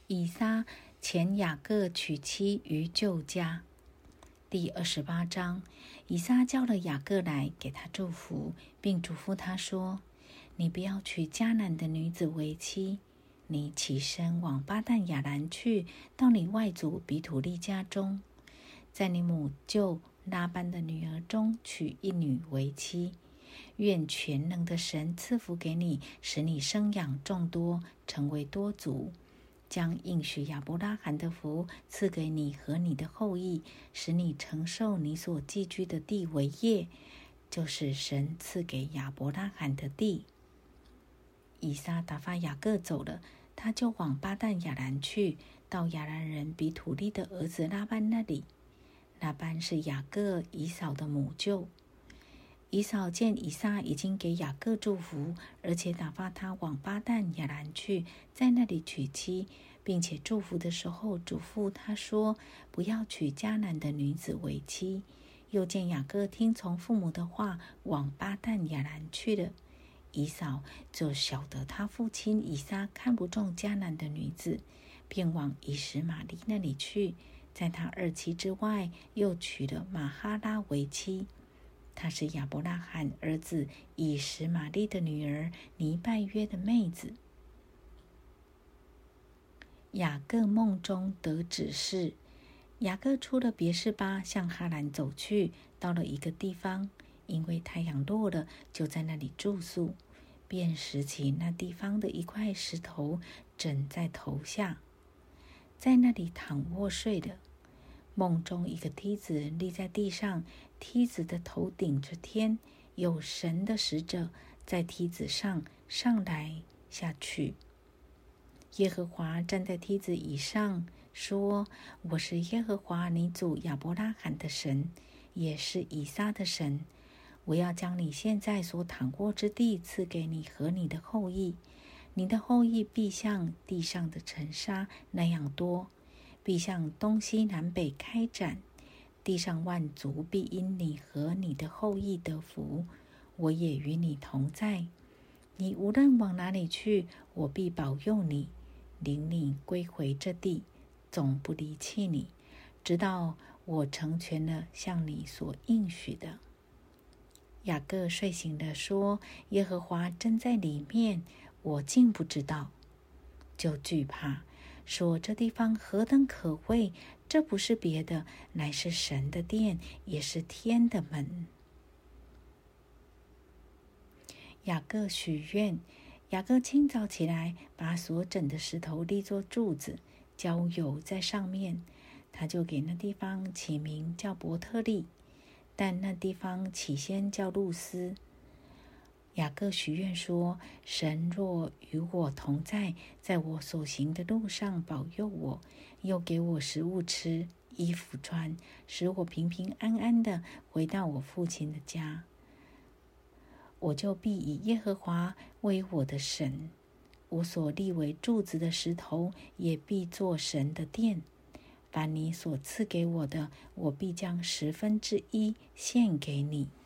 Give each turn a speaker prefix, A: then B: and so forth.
A: 以撒遣雅各娶妻于旧家。第28章，以撒叫了雅各来，给他祝福，并嘱咐他说：你不要娶迦南的女子为妻，你起身往巴旦亚兰去，到你外祖比土利家中，在你母舅拉班的女儿中娶一女为妻。愿全能的神赐福给你，使你生养众多，成为多族，将应许亚伯拉罕的福赐给你和你的后裔，使你承受你所寄居的地为业，就是神赐给亚伯拉罕的地。以撒打发雅各走了，他就往巴旦亚兰去，到亚兰人比土利的儿子拉班那里。拉班是雅各以扫的母舅。以扫见以撒已经给雅各祝福，而且打发他往巴旦亚兰去，在那里娶妻，并且祝福的时候嘱咐他说：不要娶迦南的女子为妻。又见雅各听从父母的话，往巴旦亚兰去了。以扫就晓得他父亲以撒看不中迦南的女子，便往以实玛利那里去，在他2妻之外，又娶了玛哈拉为妻。她是亚伯拉罕儿子以实玛利的女儿尼拜约的妹子。雅各梦中得指示。雅各出了别是巴，向哈兰走去，到了一个地方，因为太阳落了，就在那里住宿，便拾起那地方的一块石头，枕在头下，在那里躺卧睡了。梦中一个梯子立在地上，梯子的头顶着天，有神的使者在梯子上上来下去。耶和华站在梯子以上，说：我是耶和华你祖亚伯拉罕的神，也是以撒的神。我要将你现在所躺卧之地赐给你和你的后裔，你的后裔必像地上的尘沙那样多，必向东西南北开展，地上万族必因你和你的后裔得福。我也与你同在，你无论往哪里去，我必保佑你，领你归回这地，总不离弃你，直到我成全了向你所应许的。雅各睡醒了，说：耶和华真在里面，我竟不知道，就惧怕，说：这地方何等可畏！这不是别的，乃是神的殿，也是天的门。雅各许愿。雅各清早起来，把所枕的石头立作柱子，浇油在上面。他就给那地方起名叫伯特利，但那地方起先叫路斯。雅各许愿说：神若与我同在，在我所行的路上保佑我，又给我食物吃，衣服穿，使我平平安安的回到我父亲的家，我就必以耶和华为我的神，我所立为柱子的石头也必作神的殿。凡你所赐给我的，我必将1/10献给你。